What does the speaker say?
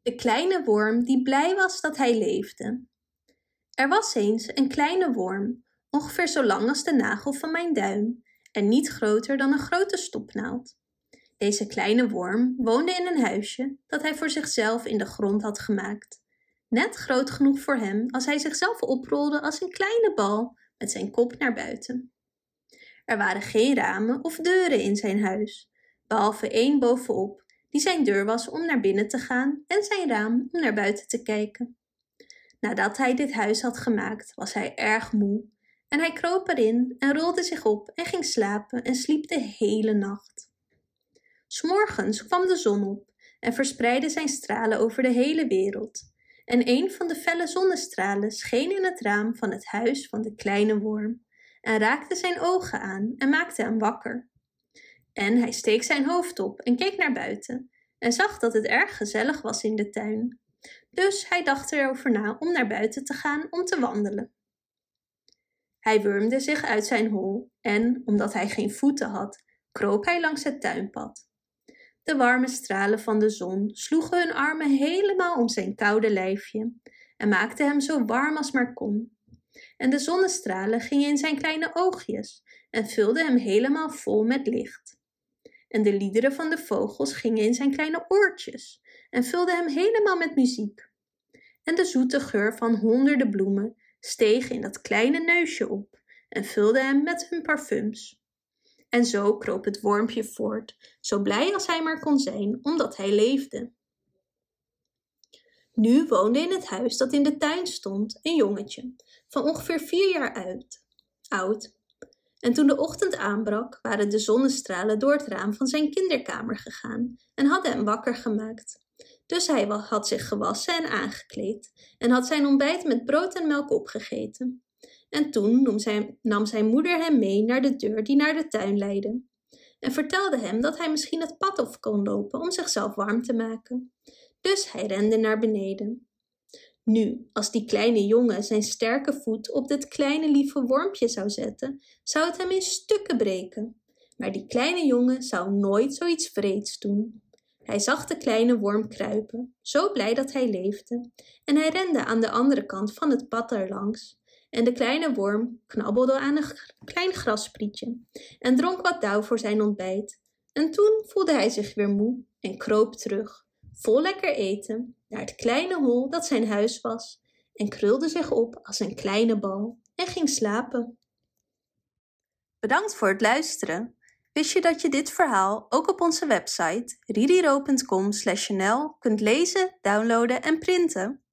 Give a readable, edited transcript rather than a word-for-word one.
De kleine worm die blij was dat hij leefde. Er was eens een kleine worm, ongeveer zo lang als de nagel van mijn duim en niet groter dan een grote stopnaald. Deze kleine worm woonde in een huisje dat hij voor zichzelf in de grond had gemaakt. Net groot genoeg voor hem als hij zichzelf oprolde als een kleine bal met zijn kop naar buiten. Er waren geen ramen of deuren in zijn huis, behalve één bovenop, die zijn deur was om naar binnen te gaan en zijn raam om naar buiten te kijken. Nadat hij dit huis had gemaakt, was hij erg moe en hij kroop erin en rolde zich op en ging slapen en sliep de hele nacht. 'S Morgens kwam de zon op en verspreidde zijn stralen over de hele wereld. En een van de felle zonnestralen scheen in het raam van het huis van de kleine worm en raakte zijn ogen aan en maakte hem wakker. En hij steek zijn hoofd op en keek naar buiten en zag dat het erg gezellig was in de tuin. Dus hij dacht erover na om naar buiten te gaan om te wandelen. Hij wurmde zich uit zijn hol en, omdat hij geen voeten had, kroop hij langs het tuinpad. De warme stralen van de zon sloegen hun armen helemaal om zijn koude lijfje en maakten hem zo warm als maar kon. En de zonnestralen gingen in zijn kleine oogjes en vulden hem helemaal vol met licht. En de liederen van de vogels gingen in zijn kleine oortjes en vulden hem helemaal met muziek. En de zoete geur van honderden bloemen steeg in dat kleine neusje op en vulde hem met hun parfums. En zo kroop het wormpje voort, zo blij als hij maar kon zijn, omdat hij leefde. Nu woonde in het huis dat in de tuin stond een jongetje van ongeveer 4 jaar oud. En toen de ochtend aanbrak, waren de zonnestralen door het raam van zijn kinderkamer gegaan en hadden hem wakker gemaakt. Dus hij had zich gewassen en aangekleed en had zijn ontbijt met brood en melk opgegeten. En toen nam zijn moeder hem mee naar de deur die naar de tuin leidde en vertelde hem dat hij misschien het pad op kon lopen om zichzelf warm te maken. Dus hij rende naar beneden. Nu, als die kleine jongen zijn sterke voet op dit kleine lieve wormpje zou zetten, zou het hem in stukken breken. Maar die kleine jongen zou nooit zoiets wreeds doen. Hij zag de kleine worm kruipen, zo blij dat hij leefde, en hij rende aan de andere kant van het pad erlangs. En de kleine worm knabbelde aan een klein grassprietje en dronk wat dauw voor zijn ontbijt. En toen voelde hij zich weer moe en kroop terug, vol lekker eten, naar het kleine hol dat zijn huis was en krulde zich op als een kleine bal en ging slapen. Bedankt voor het luisteren. Wist je dat je dit verhaal ook op onze website ririro.com/nl kunt lezen, downloaden en printen?